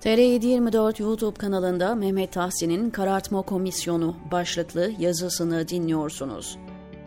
TR724 YouTube kanalında Mehmet Tahsin'in Karartma Komisyonu başlıklı yazısını dinliyorsunuz.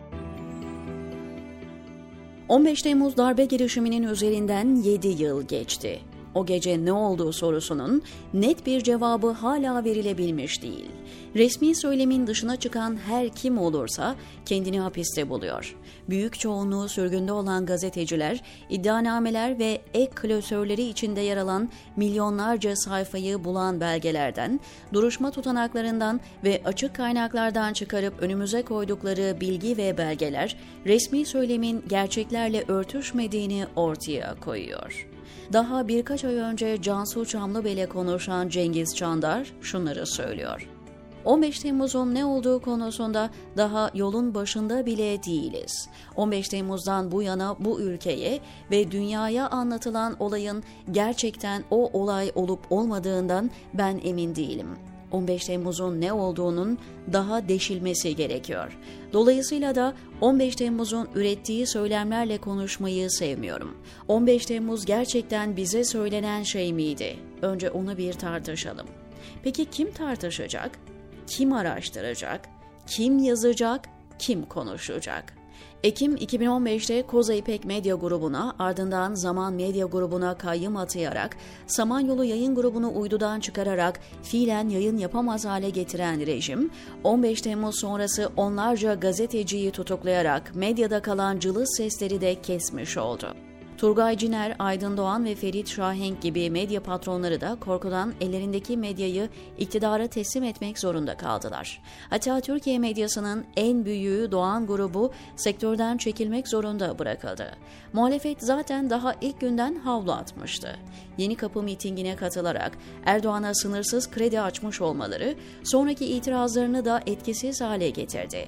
15 Temmuz darbe girişiminin üzerinden 7 yıl geçti. O gece ne olduğu sorusunun net bir cevabı hala verilebilmiş değil. Resmi söylemin dışına çıkan her kim olursa kendini hapiste buluyor. Büyük çoğunluğu sürgünde olan gazeteciler, iddianameler ve ek klasörleri içinde yer alan milyonlarca sayfayı bulan belgelerden, duruşma tutanaklarından ve açık kaynaklardan çıkarıp önümüze koydukları bilgi ve belgeler, resmi söylemin gerçeklerle örtüşmediğini ortaya koyuyor. Daha birkaç ay önce Cansu Çamlıbel'e konuşan Cengiz Çandar şunları söylüyor. 15 Temmuz'un ne olduğu konusunda daha yolun başında bile değiliz. 15 Temmuz'dan bu yana bu ülkeye ve dünyaya anlatılan olayın gerçekten o olay olup olmadığından ben emin değilim. 15 Temmuz'un ne olduğunun daha deşilmesi gerekiyor. Dolayısıyla da 15 Temmuz'un ürettiği söylemlerle konuşmayı sevmiyorum. 15 Temmuz gerçekten bize söylenen şey miydi? Önce onu bir tartışalım. Peki kim tartışacak? Kim araştıracak? Kim yazacak? Kim konuşacak? Ekim 2015'te Koza İpek Medya Grubu'na, ardından Zaman Medya Grubu'na kayyım atayarak, Samanyolu Yayın Grubu'nu uydudan çıkararak fiilen yayın yapamaz hale getiren rejim, 15 Temmuz sonrası onlarca gazeteciyi tutuklayarak medyada kalan cılız sesleri de kesmiş oldu. Turgay Ciner, Aydın Doğan ve Ferit Şahenk gibi medya patronları da korkudan ellerindeki medyayı iktidara teslim etmek zorunda kaldılar. Hatta Türkiye medyasının en büyüğü Doğan grubu sektörden çekilmek zorunda bırakıldı. Muhalefet zaten daha ilk günden havlu atmıştı. Yeni Kapı mitingine katılarak Erdoğan'a sınırsız kredi açmış olmaları sonraki itirazlarını da etkisiz hale getirdi.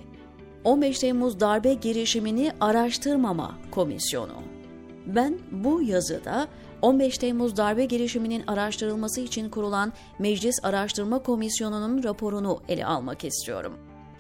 15 Temmuz darbe girişimini araştırmama komisyonu. Ben bu yazıda 15 Temmuz darbe girişiminin araştırılması için kurulan Meclis Araştırma Komisyonu'nun raporunu ele almak istiyorum.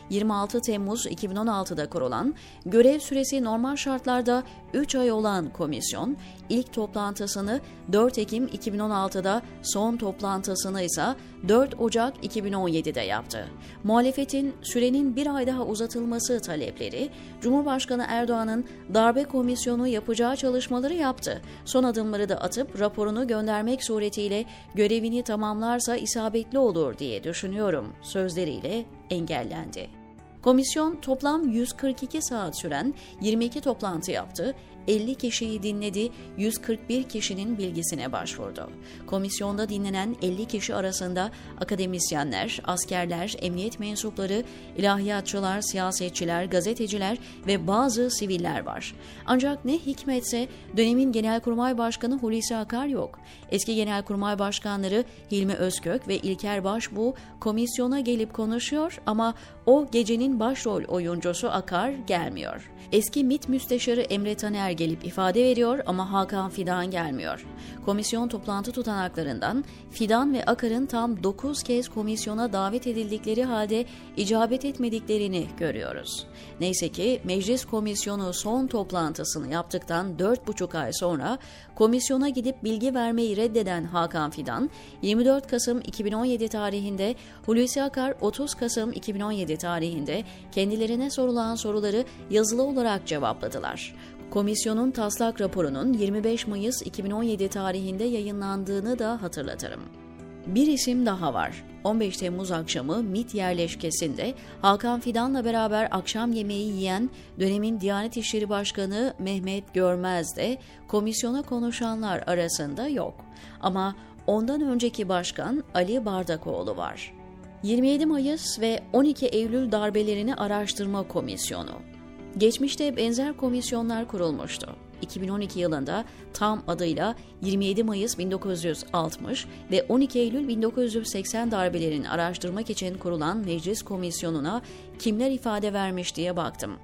26 Temmuz 2016'da kurulan, görev süresi normal şartlarda 3 ay olan komisyon, ilk toplantısını 4 Ekim 2016'da, son toplantısını ise 4 Ocak 2017'de yaptı. Muhalefetin sürenin bir ay daha uzatılması talepleri, Cumhurbaşkanı Erdoğan'ın darbe komisyonu yapacağı çalışmaları yaptı. Son adımları da atıp raporunu göndermek suretiyle görevini tamamlarsa isabetli olur diye düşünüyorum sözleriyle engellendi. Komisyon toplam 142 saat süren 22 toplantı yaptı, 50 kişiyi dinledi, 141 kişinin bilgisine başvurdu. Komisyonda dinlenen 50 kişi arasında akademisyenler, askerler, emniyet mensupları, ilahiyatçılar, siyasetçiler, gazeteciler ve bazı siviller var. Ancak ne hikmetse dönemin Genelkurmay Başkanı Hulusi Akar yok. Eski Genelkurmay Başkanları Hilmi Özkök ve İlker Başbuğ komisyona gelip konuşuyor ama o gecenin başrol oyuncusu Akar gelmiyor. Eski MİT Müsteşarı Emre Taner gelip ifade veriyor ama Hakan Fidan gelmiyor. Komisyon toplantı tutanaklarından Fidan ve Akar'ın tam 9 kez komisyona davet edildikleri halde icabet etmediklerini görüyoruz. Neyse ki Meclis Komisyonu son toplantısını yaptıktan 4,5 ay sonra komisyona gidip bilgi vermeyi reddeden Hakan Fidan, 24 Kasım 2017 tarihinde, Hulusi Akar 30 Kasım 2017 tarihinde kendilerine sorulan soruları yazılı olarak cevapladılar. Komisyonun taslak raporunun 25 Mayıs 2017 tarihinde yayınlandığını da hatırlatırım. Bir isim daha var. 15 Temmuz akşamı MİT yerleşkesinde Hakan Fidan'la beraber akşam yemeği yiyen dönemin Diyanet İşleri Başkanı Mehmet Görmez de komisyona konuşanlar arasında yok. Ama ondan önceki başkan Ali Bardakoğlu var. 27 Mayıs ve 12 Eylül darbelerini araştırma komisyonu. Geçmişte benzer komisyonlar kurulmuştu. 2012 yılında tam adıyla 27 Mayıs 1960 ve 12 Eylül 1980 darbelerini araştırmak için kurulan Meclis Komisyonu'na kimler ifade vermiş diye baktım.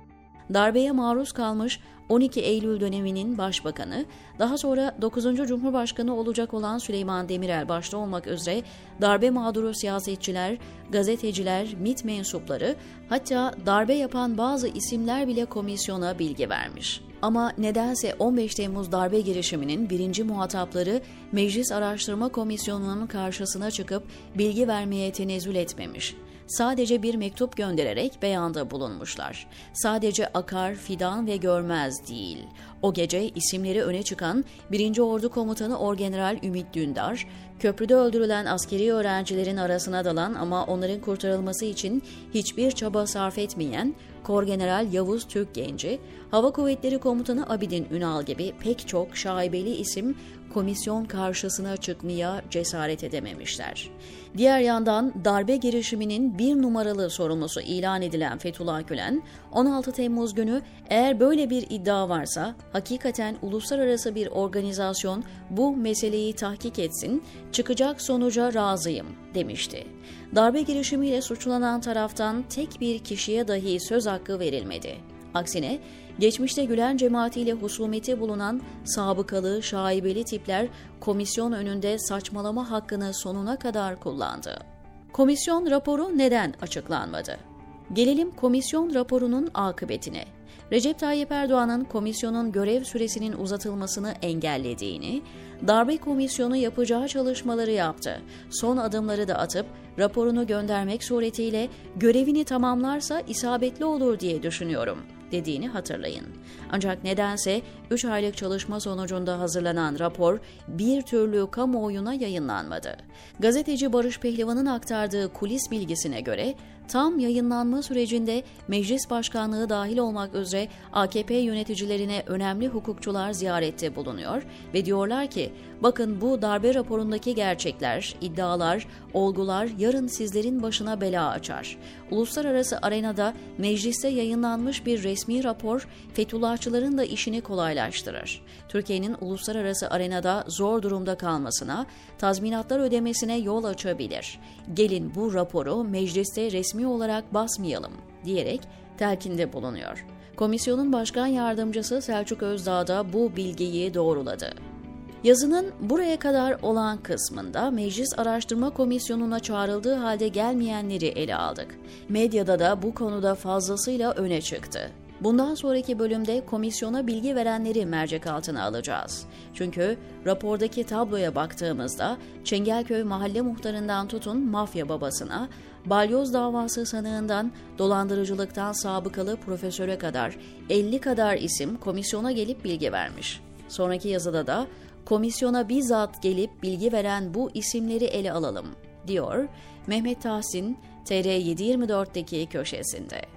darbeye maruz kalmış 12 Eylül döneminin başbakanı, daha sonra 9. Cumhurbaşkanı olacak olan Süleyman Demirel başta olmak üzere darbe mağduru siyasetçiler, gazeteciler, MİT mensupları, hatta darbe yapan bazı isimler bile komisyona bilgi vermiş. Ama nedense 15 Temmuz darbe girişiminin birinci muhatapları Meclis Araştırma Komisyonu'nun karşısına çıkıp bilgi vermeye tenezzül etmemiş. Sadece bir mektup göndererek beyanda bulunmuşlar. Sadece Akar, Fidan ve Görmez değil. O gece isimleri öne çıkan 1. Ordu Komutanı Orgeneral Ümit Dündar, köprüde öldürülen askeri öğrencilerin arasına dalan ama onların kurtarılması için hiçbir çaba sarf etmeyen Korgeneral Yavuz Türkgenci, Hava Kuvvetleri Komutanı Abidin Ünal gibi pek çok şaibeli isim komisyon karşısına çıkmaya cesaret edememişler. Diğer yandan darbe girişiminin bir numaralı sorumlusu ilan edilen Fethullah Gülen, 16 Temmuz günü eğer böyle bir iddia varsa hakikaten uluslararası bir organizasyon bu meseleyi tahkik etsin, çıkacak sonuca razıyım demişti. Darbe girişimiyle suçlanan taraftan tek bir kişiye dahi söz hakkı verilmedi. Aksine geçmişte Gülen cemaatiyle husumeti bulunan sabıkalı, şaibeli tipler komisyon önünde saçmalama hakkını sonuna kadar kullandı. Komisyon raporu neden açıklanmadı? Gelelim komisyon raporunun akıbetine. Recep Tayyip Erdoğan'ın komisyonun görev süresinin uzatılmasını engellediğini, darbe komisyonu yapacağı çalışmaları yaptı. Son adımları da atıp raporunu göndermek suretiyle görevini tamamlarsa isabetli olur diye düşünüyorum dediğini hatırlayın. Ancak nedense 3 aylık çalışma sonucunda hazırlanan rapor bir türlü kamuoyuna yayınlanmadı. Gazeteci Barış Pehlivan'ın aktardığı kulis bilgisine göre tam yayınlanma sürecinde meclis başkanlığı dahil olmak üzere AKP yöneticilerine önemli hukukçular ziyarette bulunuyor ve diyorlar ki bakın bu darbe raporundaki gerçekler, iddialar, olgular yarın sizlerin başına bela açar. Uluslararası arenada mecliste yayınlanmış bir resmi rapor Fethullahçıların da işini kolaylaştırır. Türkiye'nin uluslararası arenada zor durumda kalmasına, tazminatlar ödemesine yol açabilir. Gelin bu raporu mecliste resmi olarak basmayalım diyerek telkinde bulunuyor. Komisyonun başkan yardımcısı Selçuk Özdağ da bu bilgiyi doğruladı. Yazının buraya kadar olan kısmında Meclis Araştırma Komisyonu'na çağrıldığı halde gelmeyenleri ele aldık. Medyada da bu konuda fazlasıyla öne çıktı. Bundan sonraki bölümde komisyona bilgi verenleri mercek altına alacağız. Çünkü rapordaki tabloya baktığımızda Çengelköy mahalle muhtarından tutun mafya babasına, balyoz davası sanığından dolandırıcılıktan sabıkalı profesöre kadar 50 kadar isim komisyona gelip bilgi vermiş. Sonraki yazıda da komisyona bizzat gelip bilgi veren bu isimleri ele alalım, diyor Mehmet Tahsin TR724'deki köşesinde.